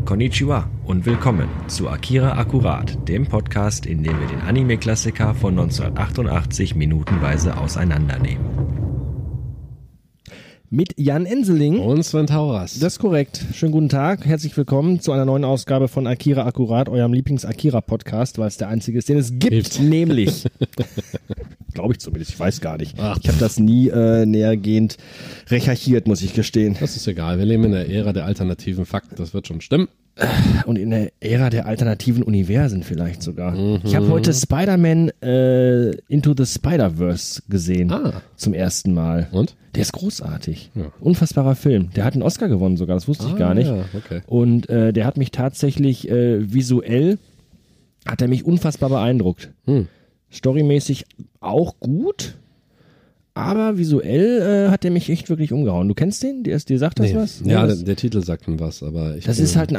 Konnichiwa und willkommen zu Akira Akkurat, dem Podcast, in dem wir den Anime-Klassiker von 1988 minutenweise auseinandernehmen. Mit Jan Enseling und Sven Tauras. Das ist korrekt. Schönen guten Tag, herzlich willkommen zu einer neuen Ausgabe von Akira Akkurat, eurem Lieblings-Akira-Podcast, weil es der einzige ist, den es gibt, nämlich, glaube ich zumindest, ich weiß gar nicht. Ich habe das nie nähergehend recherchiert, muss ich gestehen. Das ist egal, wir leben in der Ära der alternativen Fakten, das wird schon stimmen. Und in der Ära der alternativen Universen vielleicht sogar. Ich habe heute Spider-Man Into the Spider-Verse gesehen. Zum ersten Mal. Und? Der ist großartig. Ja. Unfassbarer Film. Der hat einen Oscar gewonnen sogar, das wusste ich gar nicht. Ja, okay. Und der hat mich tatsächlich visuell, hat er mich unfassbar beeindruckt. Storymäßig auch gut. Aber visuell hat der mich echt wirklich umgehauen. Du kennst den? Dir sagt das was? Ja, der Titel sagt mir was, aber das ist halt ein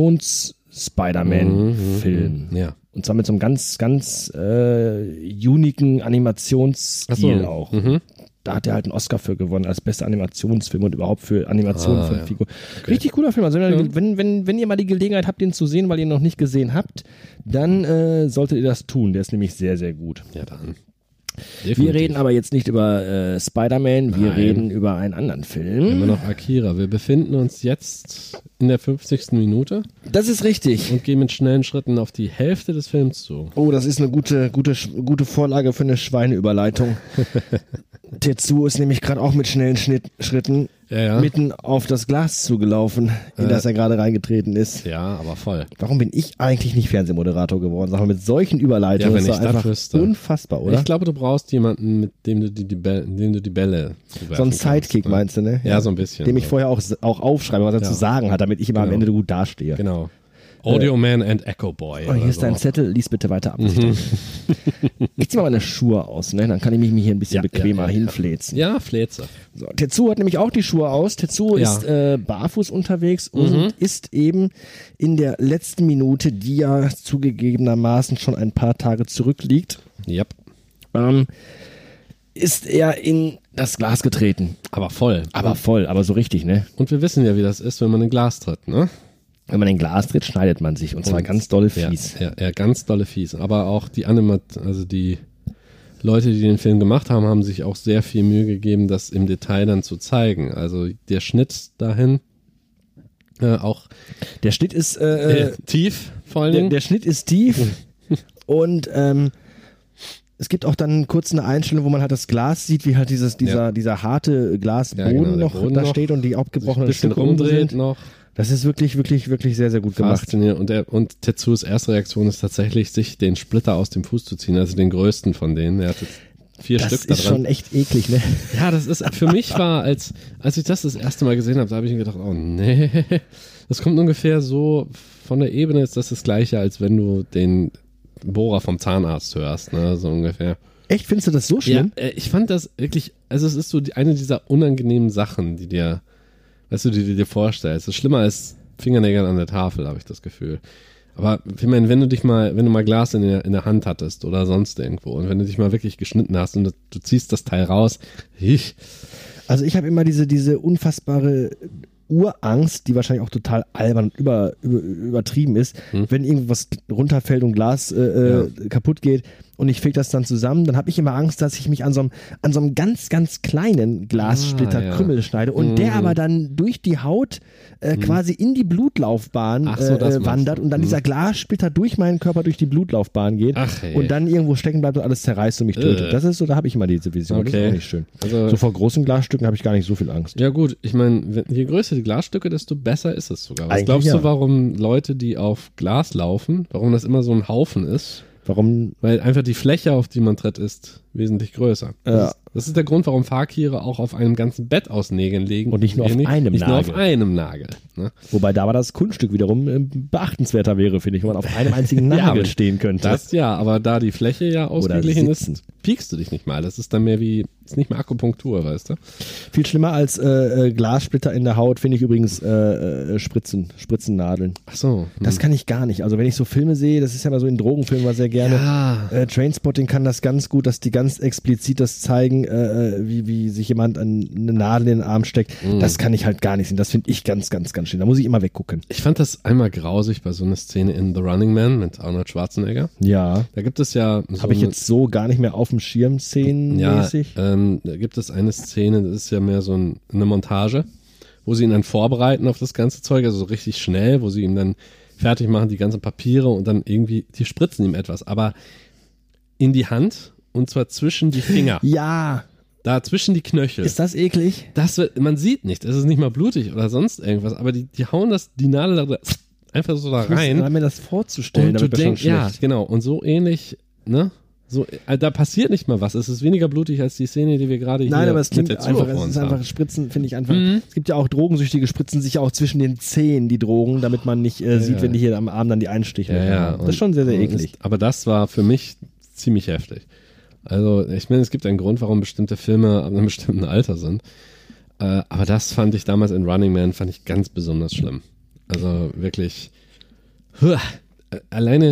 Animations-Spider-Man-Film. Ja. Und zwar mit so einem ganz, ganz uniken Animationsstil auch. Da hat er halt einen Oscar für gewonnen, als bester Animationsfilm und überhaupt für Animationen von Figuren. Okay. Richtig cooler Film. Also wenn ihr mal die Gelegenheit habt, den zu sehen, weil ihr ihn noch nicht gesehen habt, dann solltet ihr das tun. Der ist nämlich sehr, sehr gut. Ja, dann. Definitiv. Wir reden aber jetzt nicht über Spider-Man, wir reden über einen anderen Film. Immer noch Akira. Wir befinden uns jetzt in der 50. Minute. Das ist richtig. Und gehen mit schnellen Schritten auf die Hälfte des Films zu. Oh, das ist eine gute Vorlage für eine Schweineüberleitung. Tetsuo ist nämlich gerade auch mit schnellen Schritten mitten auf das Glas zugelaufen, in das er gerade reingetreten ist. Ja, aber voll. Warum bin ich eigentlich nicht Fernsehmoderator geworden? Sag mal, mit solchen Überleitungen ist das einfach unfassbar, oder? Ich glaube, du brauchst jemanden, mit dem du die Bälle zuwerfen so ein Sidekick kannst, ne? Meinst du, ne? Ja, so ein bisschen. Dem ich vorher auch aufschreibe, was er zu sagen hat, damit ich immer am Ende gut dastehe. Genau. Audio Man and Echo Boy. Oh, hier ist dein Zettel, lies bitte weiter ab. Ich zieh mal meine Schuhe aus, ne? Dann kann ich mich hier ein bisschen bequemer hinfläzen. Ja, Fläze. So, Tetsuo hat nämlich auch die Schuhe aus. Tetsuo ist barfuß unterwegs und ist eben in der letzten Minute, die ja zugegebenermaßen schon ein paar Tage zurückliegt, ist er in das Glas getreten. Aber voll, aber so richtig, ne? Und wir wissen ja, wie das ist, wenn man in Glas tritt, ne? Wenn man in Glas tritt, schneidet man sich und zwar ganz dolle fies. Ja, ganz dolle fies. Aber auch die die Leute, die den Film gemacht haben, haben sich auch sehr viel Mühe gegeben, das im Detail dann zu zeigen. Also der Schnitt dahin auch. Der Schnitt ist tief, vor allen Dingen. Der Schnitt ist tief und es gibt auch dann kurz eine Einstellung, wo man halt das Glas sieht, wie halt dieser harte Glasboden noch da steht und die abgebrochenen Stücke rumdreht noch. Das ist wirklich, wirklich, wirklich sehr, sehr gut gemacht. Faszinierend. Und Tetsuos erste Reaktion ist tatsächlich, sich den Splitter aus dem Fuß zu ziehen, also den größten von denen. Er hatte 4 Stück da dran. Das ist schon echt eklig, ne? Ja, das ist, für mich war, als ich das erste Mal gesehen habe, da habe ich mir gedacht, oh nee, das kommt ungefähr so von der Ebene, ist das Gleiche, als wenn du den Bohrer vom Zahnarzt hörst, ne, so ungefähr. Echt, findest du das so schlimm? Ja, ich fand das wirklich, also es ist so eine dieser unangenehmen Sachen, die dir dir vorstellst. Das ist schlimmer als Fingernägel an der Tafel, habe ich das Gefühl. Aber ich meine, wenn du mal Glas in der Hand hattest oder sonst irgendwo und wenn du dich mal wirklich geschnitten hast und du ziehst das Teil raus, Also ich habe immer diese unfassbare Urangst, die wahrscheinlich auch total albern und übertrieben ist, wenn irgendwas runterfällt und Glas kaputt geht und ich feg das dann zusammen, dann habe ich immer Angst, dass ich mich an so einem ganz, ganz kleinen Glassplitter Krümmel schneide und der aber dann durch die Haut quasi in die Blutlaufbahn wandert und dann dieser Glassplitter durch meinen Körper durch die Blutlaufbahn geht und dann irgendwo stecken bleibt und alles zerreißt und mich tötet. Das ist so, da habe ich immer diese Vision. Okay. Das ist auch nicht schön. Also, so vor großen Glasstücken habe ich gar nicht so viel Angst. Ja gut, ich meine, je größer die Glasstücke, desto besser ist es sogar. Was glaubst du, warum Leute, die auf Glas laufen, warum das immer so ein Haufen ist? Warum? Weil einfach die Fläche, auf die man tritt, ist wesentlich größer. Das ist der Grund, warum Fakire auch auf einem ganzen Bett aus Nägeln legen. Und nicht nur auf einem Nagel. Ne? Wobei da das Kunststück wiederum beachtenswerter wäre, finde ich, wenn man auf einem einzigen Nagel stehen könnte. Das aber da die Fläche ja ausgeglichen ist, piekst du dich nicht mal. Das ist dann mehr ist nicht mehr Akupunktur, weißt du? Viel schlimmer als Glassplitter in der Haut finde ich übrigens Spritzennadeln. Ach so. Das kann ich gar nicht. Also wenn ich so Filme sehe, das ist ja mal so in Drogenfilmen mal sehr gerne. Trainspotting kann das ganz gut, dass die ganz ganz explizit das zeigen, wie sich jemand eine Nadel in den Arm steckt. Das kann ich halt gar nicht sehen. Das finde ich ganz, ganz, ganz schön. Da muss ich immer weggucken. Ich fand das einmal grausig bei so einer Szene in The Running Man mit Arnold Schwarzenegger. Ja. Da gibt es ja so habe ich jetzt so gar nicht mehr auf dem Schirm szenenmäßig. Ja, da gibt es eine Szene, das ist ja mehr so eine Montage, wo sie ihn dann vorbereiten auf das ganze Zeug, also so richtig schnell, wo sie ihm dann fertig machen, die ganzen Papiere und dann irgendwie, die spritzen ihm etwas, aber in die Hand und zwar zwischen die Finger. Ja. Da zwischen die Knöchel. Ist das eklig? Man sieht nicht, es ist nicht mal blutig oder sonst irgendwas, aber die hauen die Nadel da einfach so da rein. Ich mir das vorzustellen, und du denkst, ja, genau, und so ähnlich, ne? So, da passiert nicht mal was. Es ist weniger blutig als die Szene, die wir gerade hier Nein, aber es klingt mit der einfach, Zuhörer es ist haben. einfach Spritzen, finde ich einfach. Es gibt ja auch Drogensüchtige, spritzen sich ja auch zwischen den Zehen die Drogen, damit man nicht sieht, wenn die hier am Arm dann die Einstiche haben. Das ist schon sehr, sehr eklig. Aber das war für mich ziemlich heftig. Also, ich meine, es gibt einen Grund, warum bestimmte Filme ab einem bestimmten Alter sind. Aber das fand ich damals in Running Man, fand ich ganz besonders schlimm. Also wirklich, alleine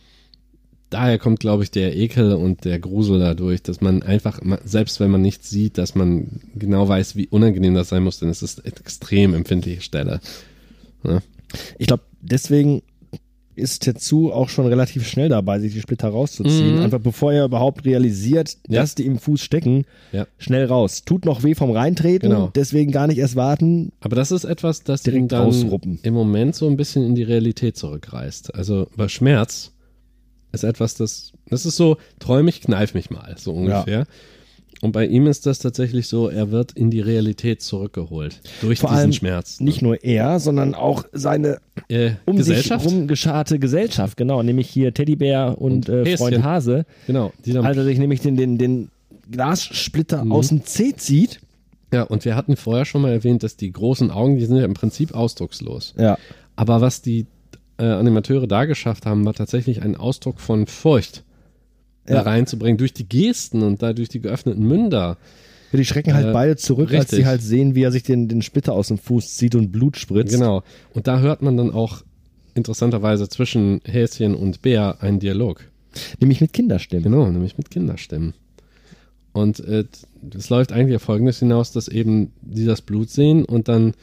daher kommt, glaube ich, der Ekel und der Grusel dadurch, dass man einfach, selbst wenn man nichts sieht, dass man genau weiß, wie unangenehm das sein muss, denn es ist eine extrem empfindliche Stelle. Ja? Ich glaube, deswegen ist Tetsu auch schon relativ schnell dabei, sich die Splitter rauszuziehen. Einfach bevor er überhaupt realisiert, dass die im Fuß stecken, schnell raus. Tut noch weh vom Reintreten, deswegen gar nicht erst warten. Aber das ist etwas, das ihn direkt dann rausruppen. Im Moment so ein bisschen in die Realität zurückreißt. Also bei Schmerz ist etwas, das ist so, träum ich, kneif mich mal, so ungefähr. Ja. Und bei ihm ist das tatsächlich so, er wird in die Realität zurückgeholt. Durch vor diesen allem Schmerz. Nicht nur er, sondern auch seine Gesellschaft? sich rumgescharte Gesellschaft, genau, nämlich hier Teddybär und Freund Hase. Genau. Die dann, als er sich nämlich den Glassplitter aus dem Zeh zieht. Ja, und wir hatten vorher schon mal erwähnt, dass die großen Augen, die sind ja im Prinzip ausdruckslos. Ja. Aber was die Animateure da geschafft haben, war tatsächlich ein Ausdruck von Furcht da reinzubringen, durch die Gesten und da durch die geöffneten Münder. Ja, die schrecken halt beide zurück, als sie halt sehen, wie er sich den Splitter aus dem Fuß zieht und Blut spritzt. Genau. Und da hört man dann auch interessanterweise zwischen Häschen und Bär einen Dialog. Nämlich mit Kinderstimmen. Genau, nämlich mit Kinderstimmen. Und es läuft eigentlich auf Folgendes hinaus, dass eben die das Blut sehen und dann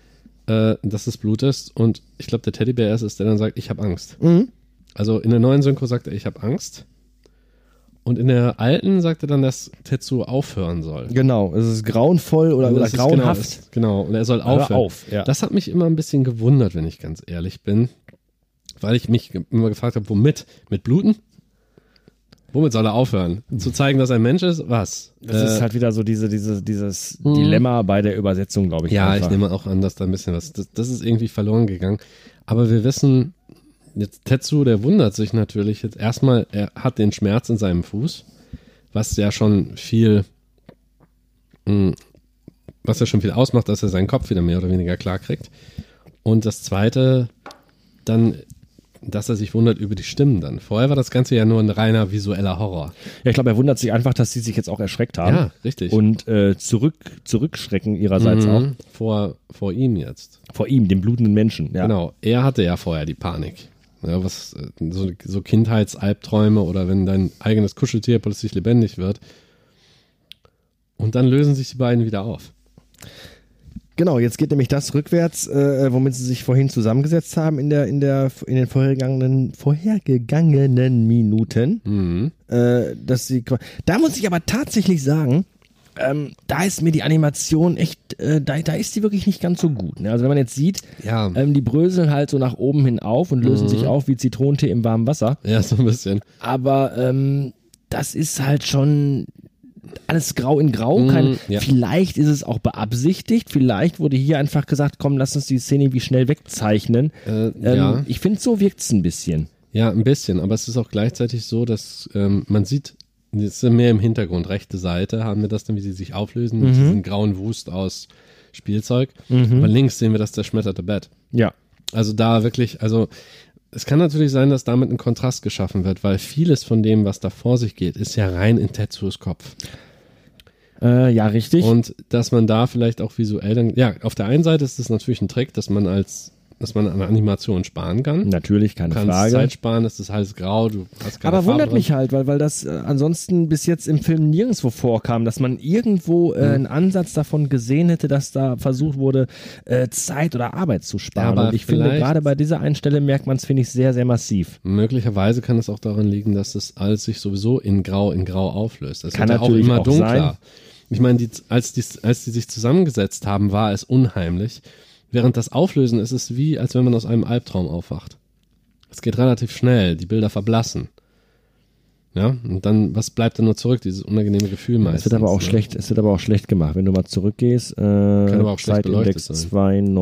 dass es Blut ist und ich glaube, der Teddybär ist es, der dann sagt, ich habe Angst. Also in der neuen Synchro sagt er, ich habe Angst. Und in der alten sagt er dann, dass Tetsu aufhören soll. Genau, es ist grauenvoll oder grauenhaft. Genau, und er soll aufhören. Das hat mich immer ein bisschen gewundert, wenn ich ganz ehrlich bin. Weil ich mich immer gefragt habe, womit? Mit Bluten? Womit soll er aufhören? Zu zeigen, dass er ein Mensch ist? Was? Das ist halt wieder so dieses Dilemma bei der Übersetzung, glaube ich. Ja, einfach. Ich nehme auch an, dass da ein bisschen was, das ist irgendwie verloren gegangen. Aber wir wissen, jetzt Tetsu, der wundert sich natürlich jetzt erstmal, er hat den Schmerz in seinem Fuß, was ja schon viel ausmacht, dass er seinen Kopf wieder mehr oder weniger klar kriegt. Und das Zweite, dann, dass er sich wundert über die Stimmen dann. Vorher war das Ganze ja nur ein reiner visueller Horror. Ja, ich glaube, er wundert sich einfach, dass sie sich jetzt auch erschreckt haben. Ja, richtig. Und zurückschrecken ihrerseits auch. Vor ihm jetzt. Vor ihm, dem blutenden Menschen. Ja. Genau, er hatte ja vorher die Panik. Ja, so Kindheitsalbträume oder wenn dein eigenes Kuscheltier plötzlich lebendig wird. Und dann lösen sich die beiden wieder auf. Genau, jetzt geht nämlich das rückwärts, womit sie sich vorhin zusammengesetzt haben in den vorhergegangenen Minuten. Da muss ich aber tatsächlich sagen, da ist mir die Animation echt, da ist die wirklich nicht ganz so gut. Ne? Also wenn man jetzt sieht, die bröseln halt so nach oben hin auf und lösen sich auf wie Zitronentee im warmen Wasser. Ja, so ein bisschen. Aber das ist halt schon alles grau in grau. Vielleicht ist es auch beabsichtigt. Vielleicht wurde hier einfach gesagt, komm, lass uns die Szene wie schnell wegzeichnen. Ich finde, so wirkt es ein bisschen. Ja, ein bisschen. Aber es ist auch gleichzeitig so, dass man sieht, jetzt sind mehr im Hintergrund, rechte Seite haben wir das dann, wie sie sich auflösen mit diesem grauen Wust aus Spielzeug. Aber links sehen wir das zerschmetterte Bett. Ja. Also da wirklich, es kann natürlich sein, dass damit ein Kontrast geschaffen wird, weil vieles von dem, was da vor sich geht, ist ja rein in Tetsus Kopf. Ja, richtig. Und dass man da vielleicht auch visuell dann, ja, auf der einen Seite ist es natürlich ein Trick, dass man als an der Animation sparen kann. Natürlich, keine Du kannst Frage. Zeit sparen, es ist alles grau, du hast keine Aber Farbe wundert drin. mich halt, weil das ansonsten bis jetzt im Film nirgendwo vorkam, dass man irgendwo einen Ansatz davon gesehen hätte, dass da versucht wurde, Zeit oder Arbeit zu sparen. Ja, aber und ich finde, vielleicht- gerade bei dieser einen Stelle merkt man es, finde ich, sehr, sehr massiv. Möglicherweise kann es auch daran liegen, dass das alles sich sowieso in grau auflöst. Es Kann wird ja natürlich auch immer auch dunkler. sein. Ich meine, als die sich zusammengesetzt haben, war es unheimlich. Während das Auflösen ist es wie, als wenn man aus einem Albtraum aufwacht. Es geht relativ schnell, die Bilder verblassen. Ja, und dann, was bleibt dann nur zurück? Dieses unangenehme Gefühl meistens. Es wird aber auch ne? schlecht, es wird aber auch schlecht gemacht, wenn du mal zurückgehst. aber auch schlecht beleuchtet Zeitindex sein.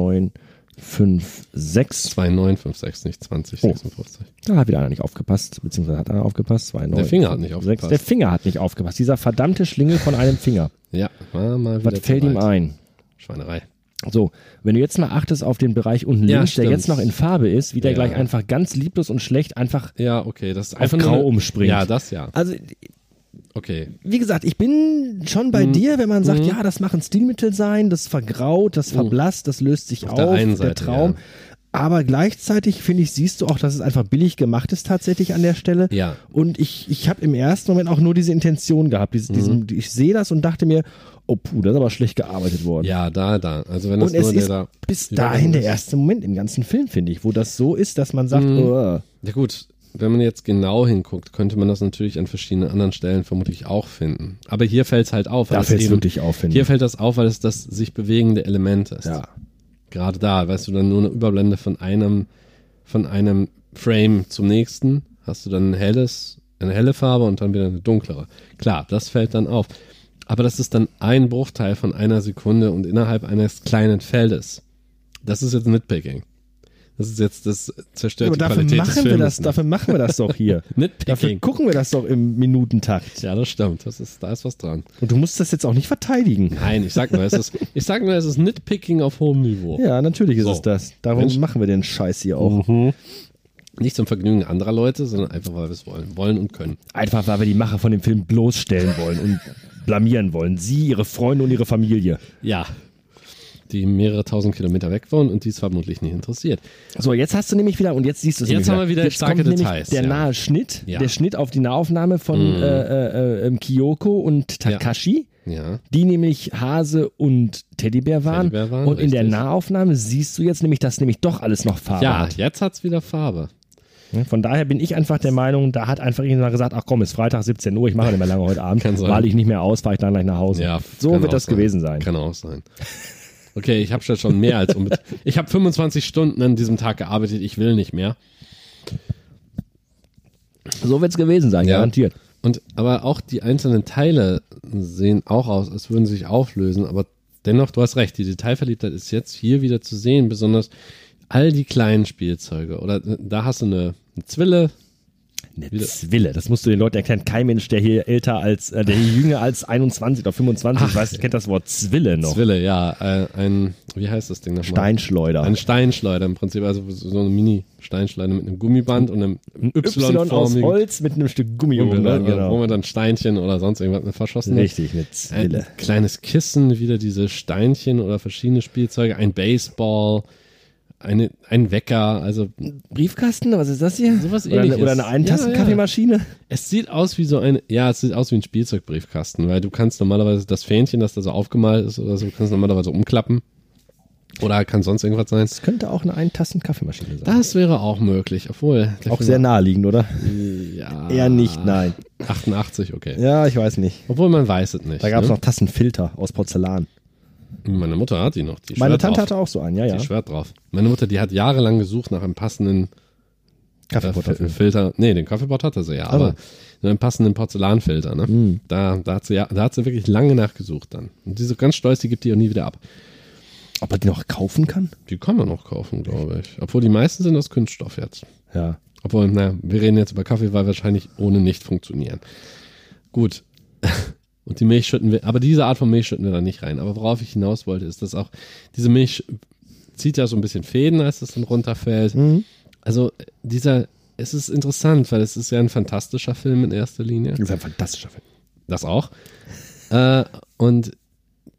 2956. 2956, nicht 2056. Da hat wieder einer nicht aufgepasst, beziehungsweise hat einer aufgepasst. 2956. Der Finger hat nicht aufgepasst. Der Finger hat nicht aufgepasst. Dieser verdammte Schlingel von einem Finger. Ja, war mal wieder Was fällt ihm weit. ein? Schweinerei. So, wenn du jetzt mal achtest auf den Bereich unten Ja, links, der stimmt. jetzt noch in Farbe ist, wie der Ja. gleich einfach ganz lieblos und schlecht einfach Ja, okay, das ist auf einfach Grau nur umspringt. Ja, das ja. Also, Okay. wie gesagt, ich bin schon bei dir, wenn man sagt, ja, das mag ein Stilmittel sein, das vergraut, das verblasst, das löst sich auf, der einen der Seite, Traum. ja. Aber gleichzeitig, finde ich, siehst du auch, dass es einfach billig gemacht ist tatsächlich an der Stelle. Ja. Und ich habe im ersten Moment auch nur diese Intention gehabt. Ich sehe das und dachte mir, oh puh, das ist aber schlecht gearbeitet worden. Ja, da. Also wenn das Und es nur ist der da. bis Übergang dahin der ist. erste Moment im ganzen Film, finde ich, wo das so ist, dass man sagt, oh, Ja gut, wenn man jetzt genau hinguckt, könnte man das natürlich an verschiedenen anderen Stellen vermutlich auch finden. Aber hier fällt es halt auf. weil da es fällt es eben- wirklich auf, finde Hier ich. fällt das auf, weil es das sich bewegende Element ist. Ja. Gerade da, weißt du, dann nur eine Überblende von einem Frame zum nächsten, hast du dann eine helle Farbe und dann wieder eine dunklere. Klar, das fällt dann auf. Aber das ist dann ein Bruchteil von einer Sekunde und innerhalb eines kleinen Feldes. Das ist jetzt Nitpicking. Das zerstört Aber die dafür Qualität des machen wir Films. das, dafür machen wir das doch hier. Dafür Nitpicking. gucken wir das doch im Minutentakt. Ja, das stimmt. Da ist was dran. Und du musst das jetzt auch nicht verteidigen. Nein, ich sag nur, es ist Nitpicking auf hohem Niveau. Ja, natürlich ist So. es das. Darum Mensch. machen wir den Scheiß hier auch. Nicht zum Vergnügen anderer Leute, sondern einfach, weil wir es wollen. Wollen und können. Einfach, weil wir die Macher von dem Film bloßstellen wollen und blamieren wollen. Sie, ihre Freunde und ihre Familie. Ja. Die mehrere tausend Kilometer weg wohnen und die es vermutlich nicht interessiert. So, jetzt hast du nämlich wieder, und jetzt siehst du es Jetzt nämlich haben wir wieder jetzt starke kommt nämlich Details, der ja. nahe Schnitt, Ja. der Schnitt auf die Nahaufnahme von Kyoko und Takashi. Ja. Die nämlich Hase und Teddybär waren. Teddybär waren, und in der richtig. Nahaufnahme siehst du jetzt nämlich, dass nämlich doch alles noch Farbe Ja, hat. jetzt hat's wieder Farbe. Von daher bin ich einfach der Meinung, da hat einfach irgendjemand gesagt, ach komm, ist Freitag 17 Uhr, ich mache nicht mehr lange heute Abend, Kann sein. male ich nicht mehr aus, fahre ich dann gleich nach Hause. Ja, So kann wird auch das gewesen sein. Kann auch sein. Okay, ich habe schon mehr als ich habe 25 Stunden an diesem Tag gearbeitet, ich will nicht mehr. So wird es gewesen sein, Ja. garantiert. Aber auch die einzelnen Teile sehen auch aus, als würden sie sich auflösen, aber dennoch, du hast recht, die Detailverliebtheit ist jetzt hier wieder zu sehen, besonders all die kleinen Spielzeuge. Oder da hast du eine Zwille. Eine Zwille, das musst du den Leuten erklären. Kein Mensch, der hier der hier jünger als 21 oder 25, kennt das Wort Zwille noch. Zwille, ja. Wie heißt das Ding nochmal? Steinschleuder. Ein Steinschleuder im Prinzip, also so eine Mini-Steinschleuder mit einem Gummiband und einem Y aus Y-förmigen Holz mit einem Stück Gummi wo oben dran, wo genau. man dann Steinchen oder sonst irgendwas mit verschossen hat. Richtig, eine Zwille. Ein kleines Kissen, wieder diese Steinchen oder verschiedene Spielzeuge, ein Baseball, ein Wecker, also Briefkasten, was ist das hier? Sowas oder Ähnliches. eine Eintassen-Kaffeemaschine? es sieht aus wie es sieht aus wie ein Spielzeugbriefkasten, weil du kannst normalerweise das Fähnchen, das da so aufgemalt ist oder so, kannst normalerweise umklappen. Oder kann sonst irgendwas sein. Das könnte auch eine Eintassen-Kaffeemaschine sein. Das wäre auch möglich, obwohl. Auch sehr naheliegend, oder? Ja. Eher nicht, nein. 88, okay. Ja, ich weiß nicht. Obwohl man weiß es nicht. Da gab es ne? noch Tassenfilter aus Porzellan. Meine Mutter hat die noch. Die Meine schwört Tante drauf. hatte auch so einen, ja, ja. Die schwört drauf. Meine Mutter, die hat jahrelang gesucht nach einem passenden Kaffeepot dafür. Filter. Nee, den Kaffeepot hatte sie ja, Also. aber einen passenden Porzellanfilter. Ne? Da hat sie wirklich lange nachgesucht dann. Und diese ganz stolz, die gibt die auch nie wieder ab. Ob man die noch kaufen kann? Die kann man noch kaufen, glaube ich. Obwohl die meisten sind aus Kunststoff jetzt. Ja. Obwohl, wir reden jetzt über Kaffee, weil wahrscheinlich ohne nicht funktionieren. Gut. Und die Milch schütten wir, aber diese Art von Milch schütten wir da nicht rein. Aber worauf ich hinaus wollte, ist, dass auch diese Milch zieht ja so ein bisschen Fäden, als es dann runterfällt. Also es ist interessant, weil es ist ja ein fantastischer Film in erster Linie. Das ist ein fantastischer Film. Das auch. Und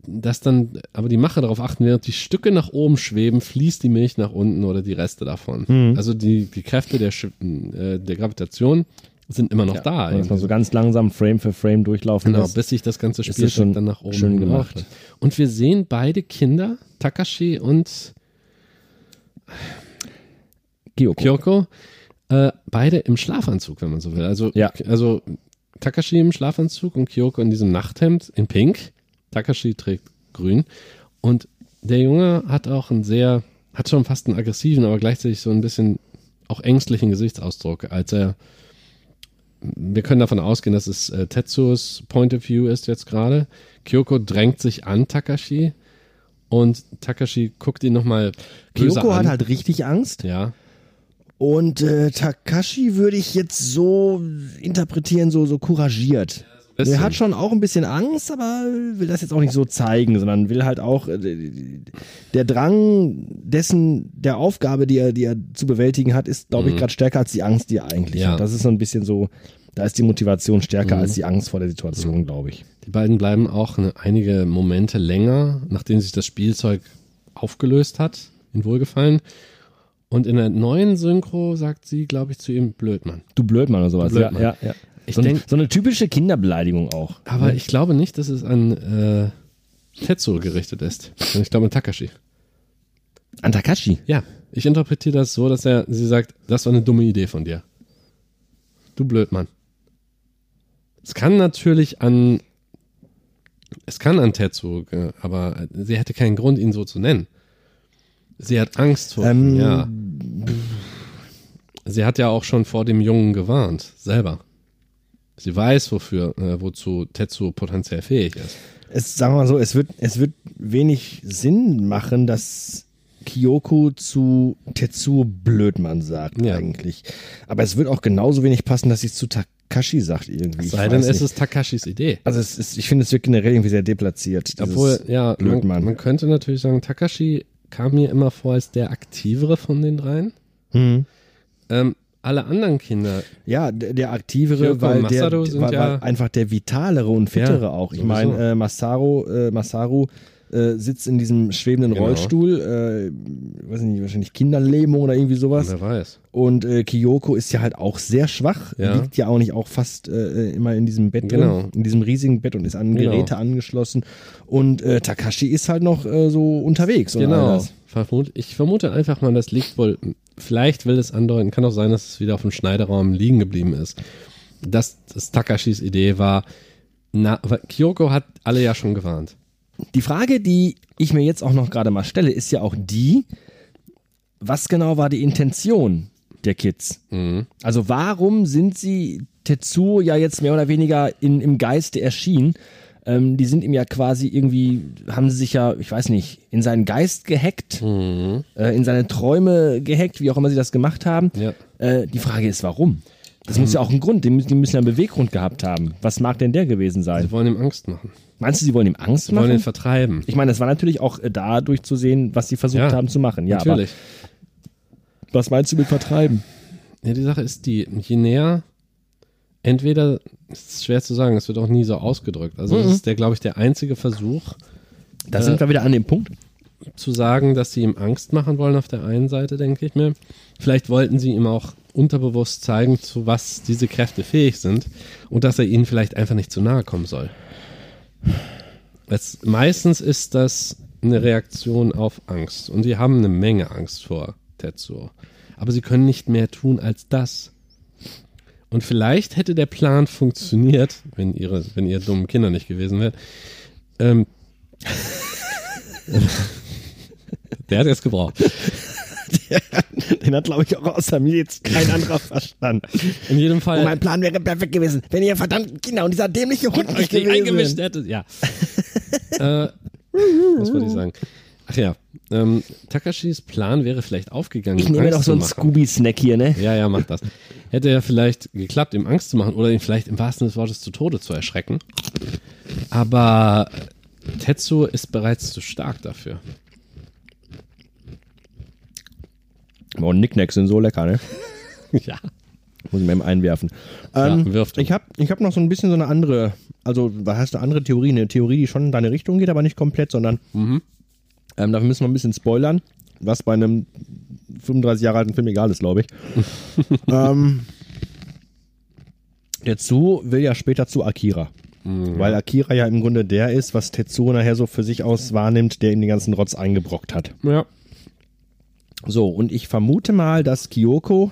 dass dann aber die Macher darauf achten, während die Stücke nach oben schweben, fließt die Milch nach unten oder die Reste davon. Also die Kräfte der Gravitation sind immer noch da. Dass man so ganz langsam Frame für Frame durchlaufen Genau, lässt. bis sich das ganze Spielstück dann nach oben schön gemacht. wird. Und wir sehen beide Kinder, Takashi und Kyoko, beide im Schlafanzug, wenn man so will. Also Takashi im Schlafanzug und Kyoko in diesem Nachthemd in Pink. Takashi trägt grün. Und der Junge hat auch hat schon fast einen aggressiven, aber gleichzeitig so ein bisschen auch ängstlichen Gesichtsausdruck, wir können davon ausgehen, dass es Tetsuos Point of View ist jetzt gerade. Kyoko drängt sich an Takashi und Takashi guckt ihn nochmal böse Kyoko an. hat halt richtig Angst. Ja. Und Takashi würde ich jetzt so interpretieren, so couragiert. Er hat schon auch ein bisschen Angst, aber will das jetzt auch nicht so zeigen, sondern will halt auch der Drang der Aufgabe, die er zu bewältigen hat, ist, glaube ich, gerade stärker als die Angst, die er eigentlich hat. Das ist so ein bisschen so, da ist die Motivation stärker als die Angst vor der Situation, glaube ich. Die beiden bleiben auch einige Momente länger, nachdem sich das Spielzeug aufgelöst hat, in Wohlgefallen. Und in der neuen Synchro sagt sie, glaube ich, zu ihm, Blödmann. Du Blödmann oder sowas. Blödmann. Ja. So eine typische Kinderbeleidigung auch. Aber ich glaube nicht, dass es an Tetsuo gerichtet ist. Ich glaube an Takashi. An Takashi? Ja. Ich interpretiere das so, dass sie sagt, das war eine dumme Idee von dir. Du Blödmann. Es kann an Tetsuo, aber sie hätte keinen Grund, ihn so zu nennen. Sie hat Angst vor ihm, ja. Sie hat ja auch schon vor dem Jungen gewarnt, selber. Sie weiß, wozu Tetsuo potenziell fähig ist. Sagen wir mal so, es wird wenig Sinn machen, dass Kyoko zu Tetsuo Blödmann sagt eigentlich. Aber es wird auch genauso wenig passen, dass sie es zu Takashi sagt irgendwie. Es sei denn, es ist Takashis Idee. Also ich finde, es wird generell irgendwie sehr deplatziert. Obwohl, man könnte natürlich sagen, Takashi kam mir immer vor als der aktivere von den dreien. Alle anderen Kinder. Ja, der aktivere, weil der war einfach der vitalere und fittere auch. Ich meine, Masaru sitzt in diesem schwebenden Rollstuhl, weiß nicht, wahrscheinlich Kinderlähmung oder irgendwie sowas. Wer weiß. Und Kyoko ist ja halt auch sehr schwach, liegt ja auch nicht auch fast immer in diesem Bett drin, in diesem riesigen Bett und ist an Geräte angeschlossen. Und Takashi ist halt noch so unterwegs. Und all das. Ich vermute einfach mal, das liegt wohl, vielleicht will es andeuten, kann auch sein, dass es wieder auf dem Schneiderraum liegen geblieben ist. Dass das Takashis Idee war, Kyoko hat alle ja schon gewarnt. Die Frage, die ich mir jetzt auch noch gerade mal stelle, ist ja auch die, was genau war die Intention der Kids? Also warum sind sie Tetsuo ja jetzt mehr oder weniger im Geiste erschienen? Die sind ihm ja quasi irgendwie, haben sie sich ja, ich weiß nicht, in seinen Geist gehackt, in seine Träume gehackt, wie auch immer sie das gemacht haben. Ja. Die Frage ist, warum? Das muss ja auch einen Grund, die müssen ja einen Beweggrund gehabt haben. Was mag denn der gewesen sein? Sie wollen ihm Angst machen. Meinst du, sie wollen ihm Angst machen? Sie wollen ihn vertreiben. Ich meine, das war natürlich auch dadurch zu sehen, was sie versucht haben zu machen. Ja, natürlich. Aber was meinst du mit vertreiben? Ja, die Sache ist je näher, entweder, es ist schwer zu sagen, es wird auch nie so ausgedrückt. Also das ist glaube ich, der einzige Versuch. Da sind wir wieder an dem Punkt. Zu sagen, dass sie ihm Angst machen wollen auf der einen Seite, denke ich mir. Vielleicht wollten sie ihm auch unterbewusst zeigen, zu was diese Kräfte fähig sind und dass er ihnen vielleicht einfach nicht zu nahe kommen soll. Meistens ist das eine Reaktion auf Angst und sie haben eine Menge Angst vor Tetsuo. Aber sie können nicht mehr tun als das. Und vielleicht hätte der Plan funktioniert, wenn ihr dummen Kinder nicht gewesen wärt. Der hat jetzt gebraucht. Den hat, glaube ich, auch außer mir jetzt kein anderer verstanden. In jedem Fall. Und mein Plan wäre perfekt gewesen, wenn ihr verdammten Kinder und dieser dämliche Hund nicht gewesen eingemischt hättet. Ja. Was wollte ich sagen? Ach ja, Takashis Plan wäre vielleicht aufgegangen. Ich nehme doch so einen Scooby-Snack hier, ne? Ja, mach das. Hätte ja vielleicht geklappt, ihm Angst zu machen oder ihn vielleicht im wahrsten des Wortes zu Tode zu erschrecken. Aber Tetsuo ist bereits zu stark dafür. Und Knickknacks sind so lecker, ne? Ja. Muss ich mal eben einwerfen. wirf du. Ich hab noch so ein bisschen so eine andere, also was heißt eine andere Theorie? Eine Theorie, die schon in deine Richtung geht, aber nicht komplett, sondern dafür müssen wir ein bisschen spoilern, was bei einem 35 Jahre alten Film egal ist, glaube ich. Tetsuo will ja später zu Akira. Weil Akira ja im Grunde der ist, was Tetsuo nachher so für sich aus wahrnimmt, der ihm den ganzen Rotz eingebrockt hat. Ja. So, und ich vermute mal, dass Kyoko,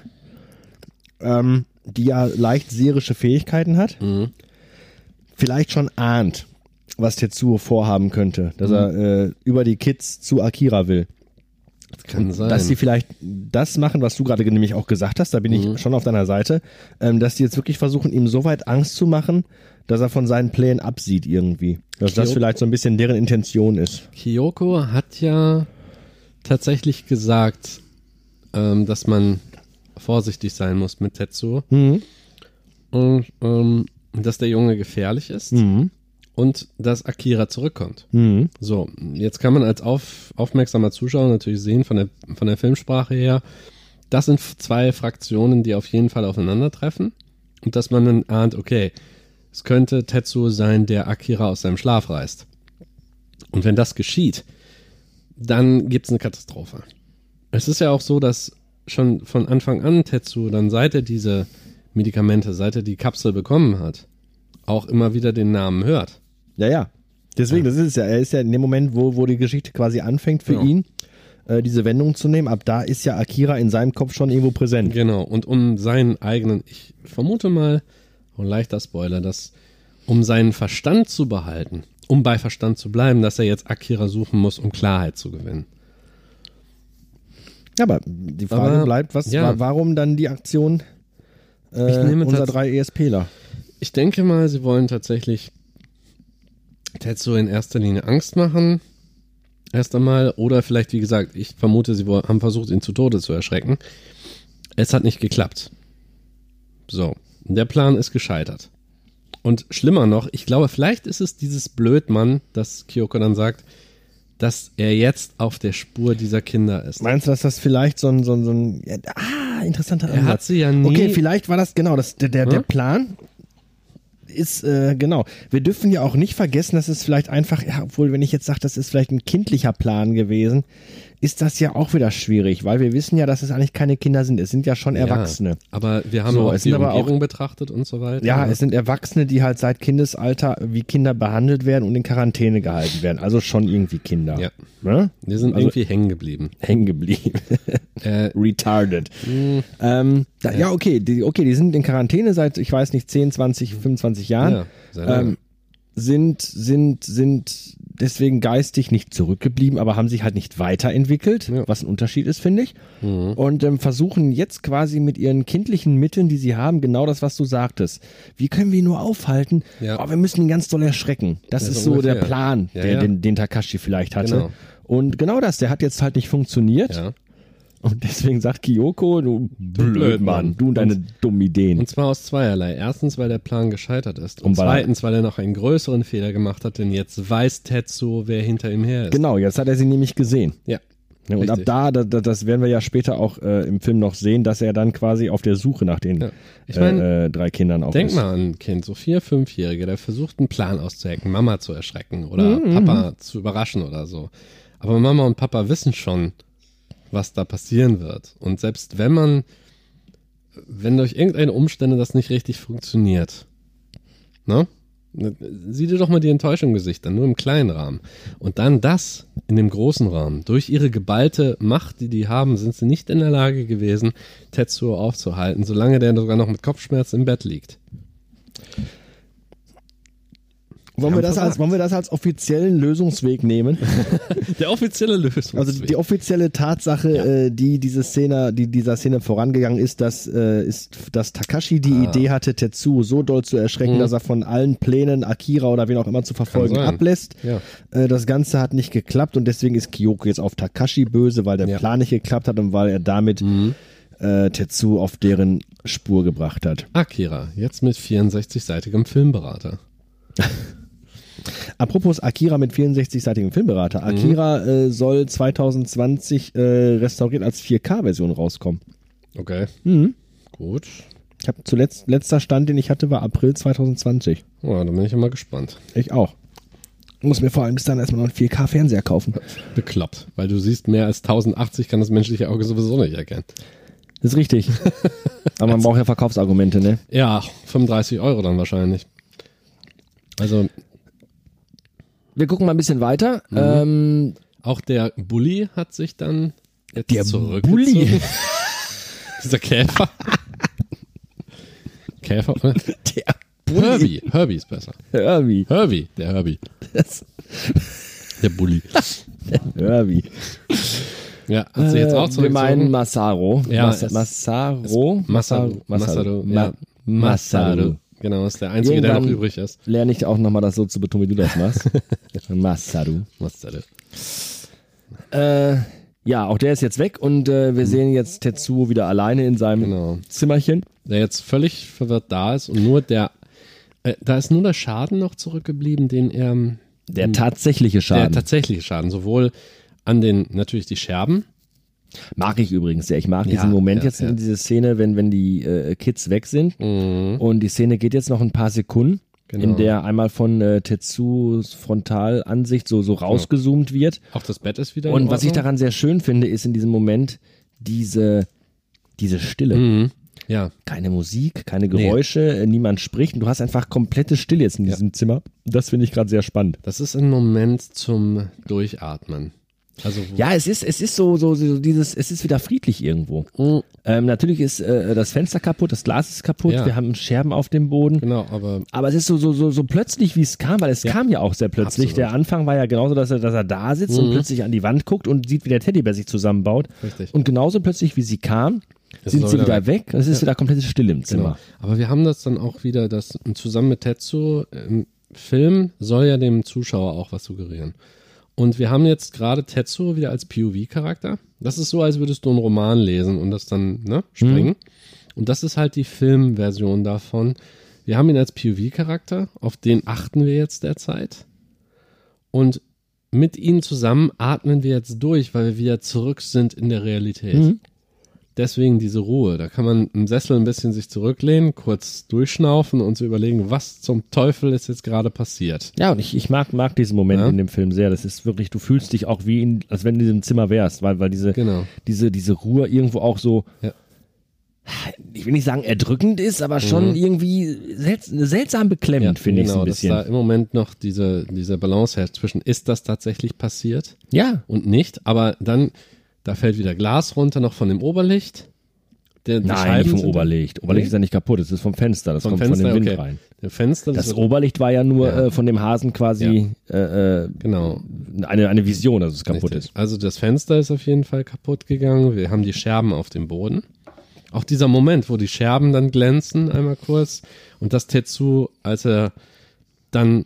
die ja leicht seherische Fähigkeiten hat, vielleicht schon ahnt, was Tetsuo vorhaben könnte. Dass er über die Kids zu Akira will. Das kann sein. Dass sie vielleicht das machen, was du gerade nämlich auch gesagt hast, da bin ich schon auf deiner Seite, dass die jetzt wirklich versuchen, ihm so weit Angst zu machen, dass er von seinen Plänen absieht irgendwie. Dass das vielleicht so ein bisschen deren Intention ist. Kyoko hat ja tatsächlich gesagt, dass man vorsichtig sein muss mit Tetsuo. Und dass der Junge gefährlich ist. Und dass Akira zurückkommt. So, jetzt kann man als aufmerksamer Zuschauer natürlich sehen, von der Filmsprache her, das sind zwei Fraktionen, die auf jeden Fall aufeinandertreffen. Und dass man dann ahnt, okay, es könnte Tetsuo sein, der Akira aus seinem Schlaf reißt. Und wenn das geschieht, dann gibt es eine Katastrophe. Es ist ja auch so, dass schon von Anfang an Tetsuo dann, seit er diese Medikamente, seit er die Kapsel bekommen hat, auch immer wieder den Namen hört. Ja. Deswegen, das ist es ja. Er ist ja in dem Moment, wo die Geschichte quasi anfängt für ihn, diese Wendung zu nehmen. Ab da ist ja Akira in seinem Kopf schon irgendwo präsent. Genau. Und um seinen eigenen, ich vermute mal, ein leichter Spoiler, dass um seinen Verstand zu behalten, um bei Verstand zu bleiben, dass er jetzt Akira suchen muss, um Klarheit zu gewinnen. Ja, aber die Frage bleibt, warum dann die Aktion unser 3 ESPler? Ich denke mal, sie wollen tatsächlich Tetsuo in erster Linie Angst machen, erst einmal, oder vielleicht, wie gesagt, ich vermute, sie haben versucht, ihn zu Tode zu erschrecken. Es hat nicht geklappt. So, der Plan ist gescheitert. Und schlimmer noch, ich glaube, vielleicht ist es dieses Blödmann, dass Kyoko dann sagt, dass er jetzt auf der Spur dieser Kinder ist. Meinst du, dass das vielleicht so ein interessanter Ansatz? Er hat sie ja nie... Okay, vielleicht war das, genau, der Plan ist, genau. Wir dürfen ja auch nicht vergessen, dass es vielleicht einfach, ja, obwohl, wenn ich jetzt sage, das ist vielleicht ein kindlicher Plan gewesen, ist das ja auch wieder schwierig, weil wir wissen ja, dass es eigentlich keine Kinder sind. Es sind ja schon Erwachsene. Aber wir haben auch die Umgebung betrachtet und so weiter. Ja, es sind Erwachsene, die halt seit Kindesalter wie Kinder behandelt werden und in Quarantäne gehalten werden. Also schon irgendwie Kinder. Ja. Ne? Die sind irgendwie hängen geblieben. Retarded. Ja, okay. Die sind in Quarantäne seit, ich weiß nicht, 10, 20, 25 Jahren. Ja, sehr lange. Sind deswegen geistig nicht zurückgeblieben, aber haben sich halt nicht weiterentwickelt, was ein Unterschied ist, finde ich. Und versuchen jetzt quasi mit ihren kindlichen Mitteln, die sie haben, genau das, was du sagtest. Wie können wir ihn nur aufhalten? Ja. Oh, wir müssen ihn ganz doll erschrecken. Das ist so ungefähr der Plan, den Takashi vielleicht hatte. Genau. Und genau das, der hat jetzt halt nicht funktioniert. Ja. Und deswegen sagt Kyoko, du Blödmann, du und deine dummen Ideen. Und zwar aus zweierlei. Erstens, weil der Plan gescheitert ist. Und zweitens, weil er noch einen größeren Fehler gemacht hat, denn jetzt weiß Tetsuo, wer hinter ihm her ist. Genau, jetzt hat er sie nämlich gesehen. Ja. Und ab da, das werden wir ja später auch im Film noch sehen, dass er dann quasi auf der Suche nach den Ich mein, 3 Kindern auch denk ist. Denk mal an ein Kind, so 4-, 5-Jährige, der versucht einen Plan auszuhacken, Mama zu erschrecken oder Papa zu überraschen oder so. Aber Mama und Papa wissen schon, was da passieren wird. Und selbst wenn durch irgendeine Umstände das nicht richtig funktioniert, ne? Sieh dir doch mal die Enttäuschung im Gesicht an, nur im kleinen Rahmen. Und dann das in dem großen Rahmen. Durch ihre geballte Macht, die haben, sind sie nicht in der Lage gewesen, Tetsuo aufzuhalten, solange der sogar noch mit Kopfschmerzen im Bett liegt. Wollen wir das als offiziellen Lösungsweg nehmen? Der offizielle Lösungsweg. Also die offizielle Tatsache, die dieser Szene vorangegangen ist, dass Takashi die Idee hatte, Tetsuo so doll zu erschrecken, dass er von allen Plänen Akira oder wen auch immer zu verfolgen ablässt. Ja. Das Ganze hat nicht geklappt und deswegen ist Kyoko jetzt auf Takashi böse, weil der Plan nicht geklappt hat und weil er damit Tetsuo auf deren Spur gebracht hat. Akira, jetzt mit 64-seitigem Filmberater. Apropos Akira mit 64-seitigem Filmberater. Akira soll 2020 restauriert als 4K-Version rauskommen. Okay. Gut. Ich habe zuletzt, letzter Stand, den ich hatte, war April 2020. Oh, da bin ich ja mal gespannt. Ich auch. Muss mir vor allem bis dann erstmal noch einen 4K-Fernseher kaufen. Bekloppt, weil du siehst, mehr als 1080 kann das menschliche Auge sowieso nicht erkennen. Das ist richtig. Aber man braucht ja Verkaufsargumente, ne? Ja, 35 € dann wahrscheinlich. Also. Wir gucken mal ein bisschen weiter. Auch der Bulli hat sich dann jetzt Der zurückgezogen. Bulli? Dieser Käfer. Käfer, oder? Der Bulli. Herbie ist besser. Herbie. Der Herbie. Der Bulli. Herbie. Ja, hat sich jetzt auch Wir zurückgezogen. meinen Massaro. Ja, Masaru. Genau, ist der einzige, der noch Irgendwann übrig ist. Lerne ich auch nochmal das so zu betonen, wie du das machst. Masaru. Masaru. Ja, auch der ist jetzt weg und wir sehen jetzt Tetsuo wieder alleine in seinem Genau. Zimmerchen. Der jetzt völlig verwirrt da ist und nur da ist nur der Schaden noch zurückgeblieben, den er Der tatsächliche Schaden. Der tatsächliche Schaden, sowohl an natürlich die Scherben. Mag ich übrigens sehr. Ich mag Ja, diesen Moment ja, jetzt ja. in dieser Szene, wenn die Kids weg sind. Und die Szene geht jetzt noch ein paar Sekunden, Genau. in der einmal von Tetsuos Frontalansicht so rausgezoomt wird. Auch das Bett ist wieder Und in was ich Ordnung. daran sehr schön finde, ist in diesem Moment diese Stille. Mhm. Ja, Keine Musik, keine Geräusche, niemand spricht. Und du hast einfach komplette Stille jetzt in diesem Zimmer. Das finde ich gerade sehr spannend. das ist ein Moment zum Durchatmen. Also Ja, es ist so dieses, es ist wieder friedlich irgendwo. Natürlich ist das Fenster kaputt, das Glas ist kaputt, Ja. wir haben Scherben auf dem Boden. genau, aber Aber es ist so plötzlich, wie es kam, weil es kam ja auch sehr plötzlich. Absolut. Der Anfang war ja genauso, dass er da sitzt und plötzlich an die Wand guckt und sieht, wie der Teddybär sich zusammenbaut. Richtig. Und genauso plötzlich, wie sie kam, Ist sind es sie auch wieder wieder weg und es ist wieder komplette Stille im Zimmer. genau. Aber wir haben das dann auch wieder, das zusammen mit Tetsuo im Film soll ja dem Zuschauer auch was suggerieren. Und wir haben jetzt gerade Tetsuo wieder als POV-Charakter. Das ist so, als würdest du einen Roman lesen und das dann springen. Und das ist halt die Filmversion davon. Wir haben ihn als POV-Charakter, auf den achten wir jetzt derzeit. Und mit ihm zusammen atmen wir jetzt durch, weil wir wieder zurück sind in der Realität. Deswegen diese Ruhe. Da kann man im Sessel ein bisschen sich zurücklehnen, kurz durchschnaufen und zu überlegen, was zum Teufel ist jetzt gerade passiert. Ja, und ich mag diesen Moment Ja. in dem Film sehr. Das ist wirklich, du fühlst dich auch wie als wenn du in diesem Zimmer wärst, weil diese, Genau. diese Ruhe irgendwo auch so, Ja. ich will nicht sagen erdrückend ist, aber schon irgendwie seltsam beklemmend, finde ich so ein dass da bisschen. im Moment noch diese Balance herrscht zwischen, ist das tatsächlich passiert Ja, und nicht, aber dann, da fällt wieder Glas runter, noch von dem Oberlicht. Die nein, Scheiben nicht vom sind- Oberlicht. Oberlicht Nee? ist ja nicht kaputt, das ist vom Fenster, das Vom kommt Fenster, von dem Wind okay. rein. Der Fenster, Das wird- Oberlicht war ja nur Ja. von dem Hasen quasi genau. eine Vision, dass es kaputt Richtig. ist. Also das Fenster ist auf jeden Fall kaputt gegangen. Wir haben die Scherben auf dem Boden. Auch dieser Moment, wo die Scherben dann glänzen, einmal kurz. Und das Tetsu, als er dann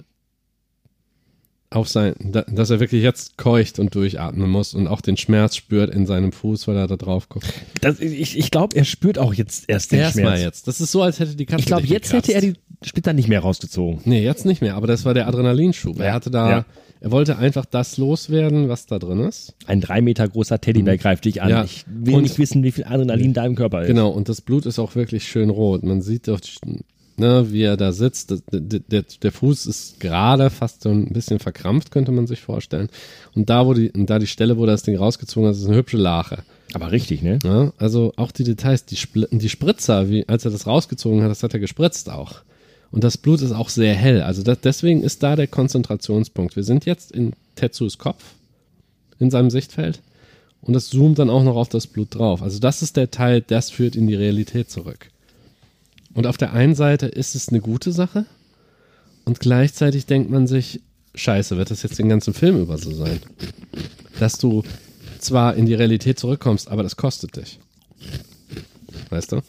dass er wirklich jetzt keucht und durchatmen muss und auch den Schmerz spürt in seinem Fuß, weil er da drauf guckt. Ich glaube, er spürt auch jetzt erst den Erstmal Schmerz. jetzt. Das ist so, als hätte die Katze Ich glaube, dich jetzt gekratzt. hätte er die Splitter nicht mehr rausgezogen. Nee, jetzt nicht mehr, aber das war der Adrenalinschub. Er hatte da, Ja. er wollte einfach das loswerden, was da drin ist. Ein 3 Meter großer Teddybär greift dich an. Ja. Ich will Und- nicht wissen, wie viel Adrenalin da im Körper ist. Genau, und das Blut ist auch wirklich schön rot. Man sieht doch, ne, wie er da sitzt. Der Fuß ist gerade fast so ein bisschen verkrampft, könnte man sich vorstellen. Und da die Stelle, wo das Ding rausgezogen hat, ist eine hübsche Lache. Aber richtig, ne? Ja, also auch die Details, die Spritzer, als er das rausgezogen hat, das hat er gespritzt auch. Und das Blut ist auch sehr hell. Also deswegen ist da der Konzentrationspunkt. Wir sind jetzt in Tetsus Kopf, in seinem Sichtfeld. Und das zoomt dann auch noch auf das Blut drauf. Also das ist der Teil, das führt in die Realität zurück. Und auf der einen Seite ist es eine gute Sache und gleichzeitig denkt man sich, scheiße, wird das jetzt den ganzen Film über so sein? Dass du zwar in die Realität zurückkommst, aber das kostet dich. Weißt du?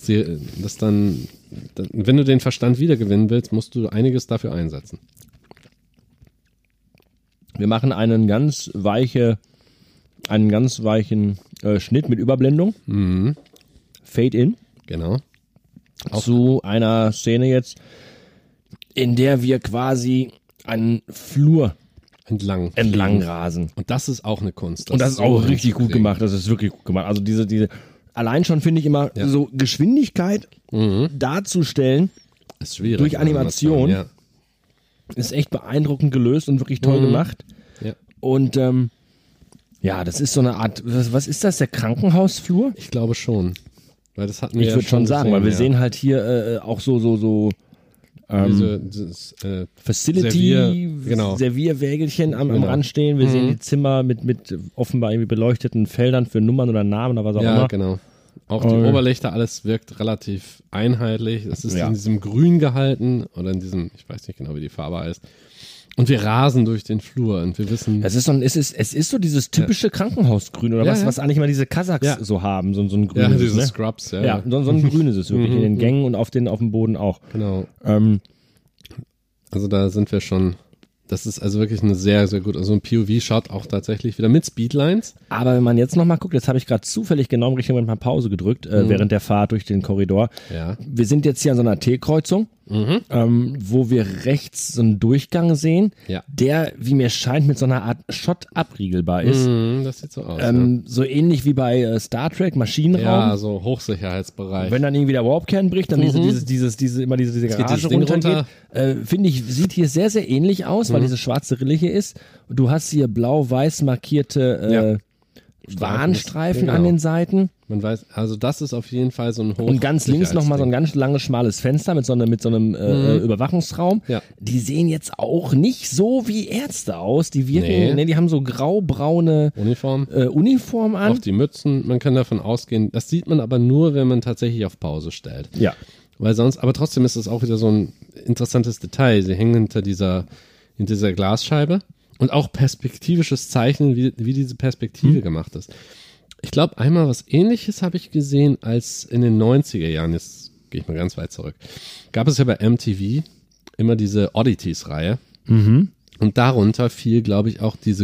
Wenn du den Verstand wiedergewinnen willst, musst du einiges dafür einsetzen. Wir machen einen ganz weichen Schnitt mit Überblendung. Fade in. Genau. Zu einer Szene jetzt, in der wir quasi einen Flur entlang rasen. Und das ist auch eine Kunst. Und das ist auch richtig gut gemacht. Das ist wirklich gut gemacht. Also allein schon finde ich immer so Geschwindigkeit darzustellen Ist schwierig. durch Animation Ja. ist echt beeindruckend gelöst und wirklich toll gemacht. Ja. Und das ist so eine Art, was ist das, der Krankenhausflur? Ich glaube schon. Weil das hatten wir Ich würde schon sagen, weil wir sehen halt hier auch so dieses, Facility, genau. Servierwägelchen am Rand stehen. Wir sehen die Zimmer mit offenbar irgendwie beleuchteten Feldern für Nummern oder Namen oder was auch ja, immer. genau. Auch die Oberlichter, alles wirkt relativ einheitlich. Es ist in diesem Grün gehalten oder in diesem, ich weiß nicht genau, wie die Farbe heißt. Und wir rasen durch den Flur und wir wissen. Es ist so dieses typische Krankenhausgrün oder was eigentlich immer diese Kasachs so haben, so ein grünes. Ja, diese ne? Scrubs, Ja, so ein grün ist es wirklich in den Gängen und auf dem Boden auch. Genau. Also da sind wir schon. Das ist also wirklich eine sehr, sehr gut, also ein POV-Shot auch tatsächlich wieder mit Speedlines. Aber wenn man jetzt nochmal guckt, jetzt habe ich gerade zufällig genau im richtigen Moment mal Pause gedrückt, während der Fahrt durch den Korridor. Ja. Wir sind jetzt hier an so einer T-Kreuzung, wo wir rechts so einen Durchgang sehen, der, wie mir scheint, mit so einer Art Shot abriegelbar ist. Das sieht so aus. So ähnlich wie bei Star Trek, Maschinenraum. Ja, so Hochsicherheitsbereich. Wenn dann irgendwie der Warpkern bricht, dann diese Garage runtergeht. Finde ich, sieht hier sehr, sehr ähnlich aus, weil diese schwarze Rille hier ist. Und du hast hier blau-weiß markierte Warnstreifen an den Seiten. Man weiß, also das ist auf jeden Fall so ein Und ganz links nochmal so ein ganz langes, schmales Fenster mit so einem Überwachungsraum. Ja. Die sehen jetzt auch nicht so wie Ärzte aus. Die wirken, die haben so grau-braune Uniform an. Auch die Mützen, man kann davon ausgehen, das sieht man aber nur, wenn man tatsächlich auf Pause stellt. Ja. Weil sonst, aber trotzdem ist es auch wieder so ein interessantes Detail. Sie hängen hinter dieser Glasscheibe und auch perspektivisches Zeichnen, wie diese Perspektive gemacht ist. Ich glaube, einmal was Ähnliches habe ich gesehen, als in den 90er Jahren, jetzt gehe ich mal ganz weit zurück, gab es ja bei MTV immer diese Oddities-Reihe. Und darunter fiel, glaube ich, auch diese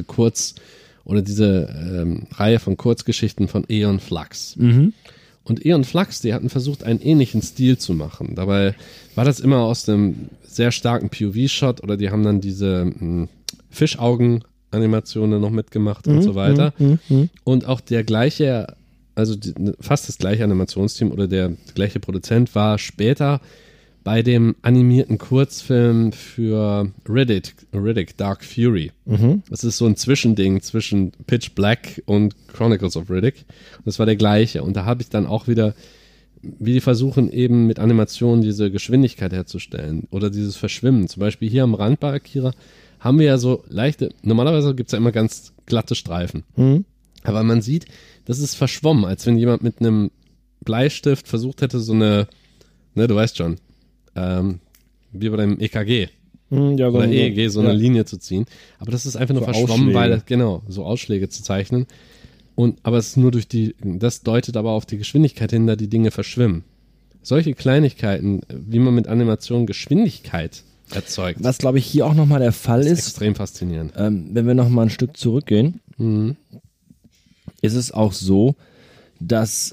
Reihe von Kurzgeschichten von Aeon Flux. Und Aeon Flux, die hatten versucht, einen ähnlichen Stil zu machen. Dabei war das immer aus einem sehr starken POV-Shot oder die haben dann diese Fischaugen-Animationen noch mitgemacht und so weiter. Und auch der gleiche, also fast das gleiche Animationsteam oder der gleiche Produzent war später bei dem animierten Kurzfilm für Riddick Dark Fury. Das ist so ein Zwischending zwischen Pitch Black und Chronicles of Riddick. Und das war der gleiche. Und da habe ich dann auch wieder, wie die versuchen eben mit Animationen diese Geschwindigkeit herzustellen oder dieses Verschwimmen. Zum Beispiel hier am Rand bei Akira haben wir ja so leichte, normalerweise gibt es ja immer ganz glatte Streifen. Aber man sieht, das ist verschwommen, als wenn jemand mit einem Bleistift versucht hätte, so eine, ne, du weißt schon, wie bei deinem EKG oder EEG, so eine Linie zu ziehen. Aber das ist einfach nur so verschwommen, Ausschläge. weil, so Ausschläge zu zeichnen. Aber es ist nur das deutet aber auf die Geschwindigkeit hin, da die Dinge verschwimmen. Solche Kleinigkeiten, wie man mit Animation Geschwindigkeit erzeugt. Was, glaube ich, hier auch nochmal der Fall ist. Extrem faszinierend. Wenn wir nochmal ein Stück zurückgehen, ist es auch so, dass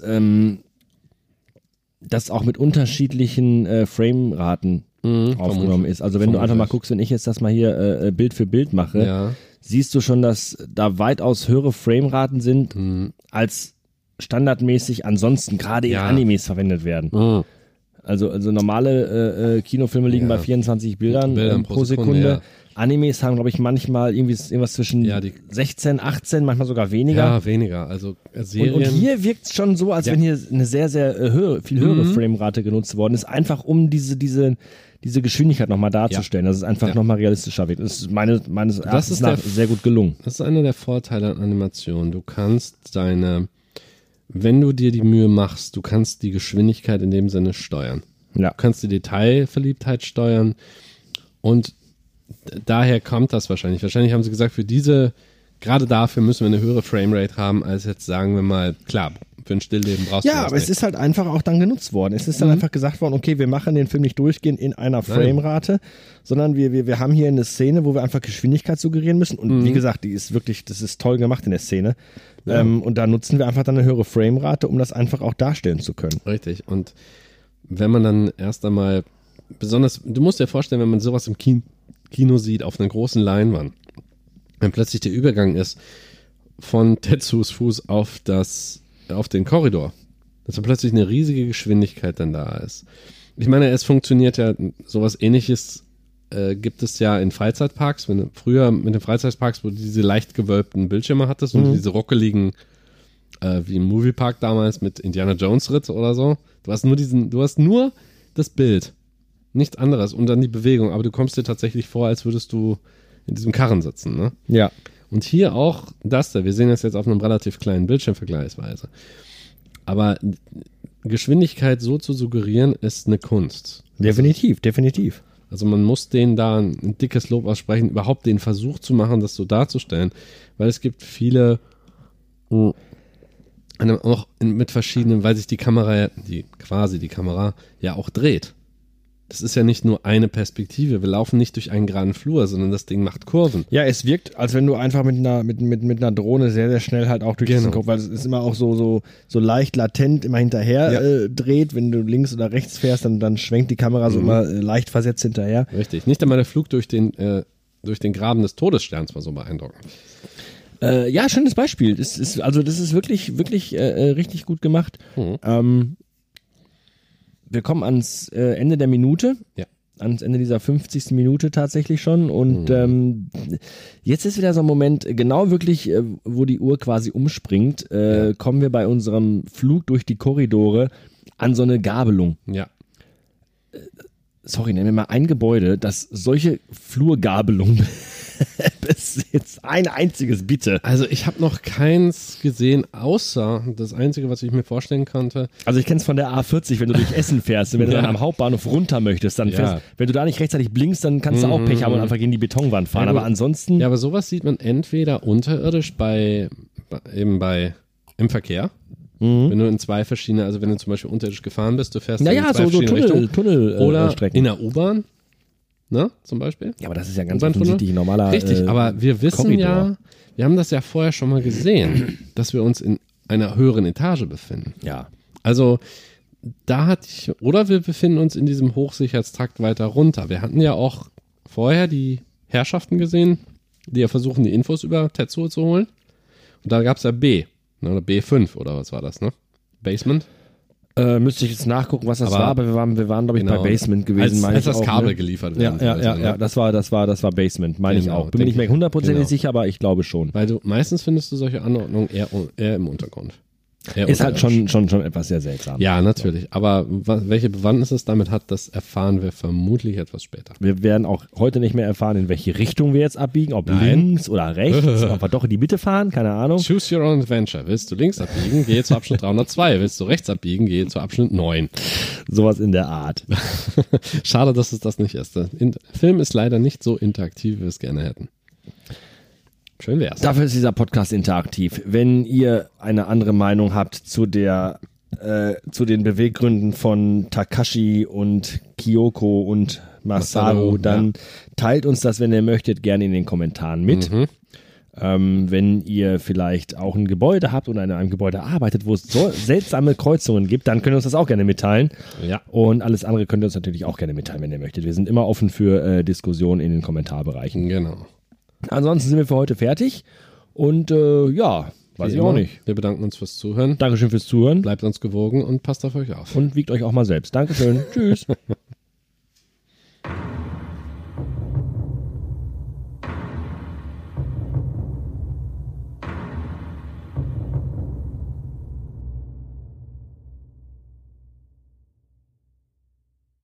das auch mit unterschiedlichen Frameraten aufgenommen ist. Also wenn du einfach mal guckst, wenn ich jetzt das mal hier Bild für Bild mache, siehst du schon, dass da weitaus höhere Frameraten sind, als standardmäßig ansonsten gerade in Animes verwendet werden. Also normale Kinofilme liegen bei 24 Bildern pro Sekunde. Animes haben, glaube ich, manchmal irgendwas zwischen 16, 18, manchmal sogar weniger. Ja, weniger. Also Serien. Und hier wirkt es schon so, als wenn hier eine sehr, sehr viel höhere Framerate genutzt worden ist, einfach um diese Geschwindigkeit nochmal darzustellen, dass es einfach nochmal realistischer wird. Das ist meines Erachtens nach sehr gut gelungen. Das ist einer der Vorteile an Animation. Du kannst wenn du dir die Mühe machst, du kannst die Geschwindigkeit in dem Sinne steuern. Ja. Du kannst die Detailverliebtheit steuern und daher kommt das wahrscheinlich. Wahrscheinlich haben sie gesagt, gerade dafür müssen wir eine höhere Framerate haben, als jetzt sagen wir mal, klar, für ein Stillleben brauchst du das aber es ist halt einfach auch dann genutzt worden. Es ist dann einfach gesagt worden, okay, wir machen den Film nicht durchgehend in einer Framerate, sondern wir haben hier eine Szene, wo wir einfach Geschwindigkeit suggerieren müssen. Und wie gesagt, das ist toll gemacht in der Szene. Ja. Und da nutzen wir einfach dann eine höhere Framerate, um das einfach auch darstellen zu können. Richtig. Und wenn man dann erst einmal besonders, du musst dir vorstellen, wenn man sowas im Kino sieht, auf einer großen Leinwand, wenn plötzlich der Übergang ist von Tetsus Fuß auf den Korridor. Dass dann plötzlich eine riesige Geschwindigkeit dann da ist. Ich meine, es funktioniert ja, sowas Ähnliches gibt es ja in Freizeitparks. Wenn du früher mit den Freizeitparks, wo du diese leicht gewölbten Bildschirme hattest und diese rockeligen, wie im Moviepark damals mit Indiana Jones Ritt oder so. Du hast nur das Bild, nichts anderes und dann die Bewegung, aber du kommst dir tatsächlich vor, als würdest du in diesem Karren sitzen, ne? Ja. Und hier auch das da, wir sehen das jetzt auf einem relativ kleinen Bildschirm vergleichsweise. Aber Geschwindigkeit so zu suggerieren, ist eine Kunst. Definitiv. Also man muss denen da ein dickes Lob aussprechen, überhaupt den Versuch zu machen, das so darzustellen, weil es gibt viele, auch mit verschiedenen, weil sich die Kamera ja auch dreht. Das ist ja nicht nur eine Perspektive. Wir laufen nicht durch einen geraden Flur, sondern das Ding macht Kurven. Ja, es wirkt, als wenn du einfach mit einer Drohne sehr, sehr schnell halt auch durch diesen Kopf, weil es ist immer auch so leicht latent immer hinterher dreht. Wenn du links oder rechts fährst, dann schwenkt die Kamera so immer leicht versetzt hinterher. Richtig. Nicht einmal der Flug durch den Graben des Todessterns war so beeindruckend. Ja, schönes Beispiel. Das ist wirklich, wirklich richtig gut gemacht. Wir kommen ans Ende der Minute. Ja. Ans Ende dieser 50. Minute tatsächlich schon. Und jetzt ist wieder so ein Moment, genau wirklich, wo die Uhr quasi umspringt, kommen wir bei unserem Flug durch die Korridore an so eine Gabelung. Ja. Sorry, nennen wir mal ein Gebäude, das solche Flurgabelungen besitzt. Ein einziges, bitte. Also ich habe noch keins gesehen, außer das Einzige, was ich mir vorstellen konnte. Also ich kenne es von der A40, wenn du durch Essen fährst und wenn du dann am Hauptbahnhof runter möchtest, dann fährst, wenn du da nicht rechtzeitig blinkst, dann kannst du auch Pech haben und einfach gegen die Betonwand fahren. Aber ansonsten... Ja, aber sowas sieht man entweder unterirdisch im Verkehr. Wenn du in zwei verschiedene, also wenn du zum Beispiel unterirdisch gefahren bist, du fährst in zwei verschiedene Richtungen. Oder in der U-Bahn, ne, zum Beispiel. Ja, aber das ist ja ganz offensichtlich ein normaler Richtig, aber wir wissen Korridor. Wir haben das ja vorher schon mal gesehen, dass wir uns in einer höheren Etage befinden. Ja. Also oder wir befinden uns in diesem Hochsicherheitstrakt weiter runter. Wir hatten ja auch vorher die Herrschaften gesehen, die ja versuchen, die Infos über Tetsuo zu holen. Und da gab es ja B. Oder B5 oder was war das, ne? Basement? Müsste ich jetzt nachgucken, was das war, aber wir waren glaube ich, bei Basement gewesen. Als das Kabel geliefert wird. Ja, das war Basement, meine ich auch. Bin mir nicht mehr hundertprozentig sicher, aber ich glaube schon. Weil meistens findest du solche Anordnungen eher im Untergrund. Ist halt schon etwas sehr seltsam. Ja, natürlich. Aber welche Bewandtnis es damit hat, das erfahren wir vermutlich etwas später. Wir werden auch heute nicht mehr erfahren, in welche Richtung wir jetzt abbiegen, ob links oder rechts, ob wir doch in die Mitte fahren, keine Ahnung. Choose your own adventure. Willst du links abbiegen, gehe zu Abschnitt 302. Willst du rechts abbiegen, gehe zu Abschnitt 9. Sowas in der Art. Schade, dass es das nicht ist. Der Film ist leider nicht so interaktiv, wie wir es gerne hätten. Schön wär's. Dafür ist dieser Podcast interaktiv. Wenn ihr eine andere Meinung habt zu den Beweggründen von Takashi und Kyoko und Masaru, dann teilt uns das, wenn ihr möchtet, gerne in den Kommentaren mit. Wenn ihr vielleicht auch ein Gebäude habt oder in einem Gebäude arbeitet, wo es so seltsame Kreuzungen gibt, dann könnt ihr uns das auch gerne mitteilen. Ja. Und alles andere könnt ihr uns natürlich auch gerne mitteilen, wenn ihr möchtet. Wir sind immer offen für Diskussionen in den Kommentarbereichen. Genau. Ansonsten sind wir für heute fertig und weiß ich auch nicht. Wir bedanken uns fürs Zuhören. Dankeschön fürs Zuhören. Bleibt uns gewogen und passt auf euch auf. Und wiegt euch auch mal selbst. Dankeschön. Tschüss.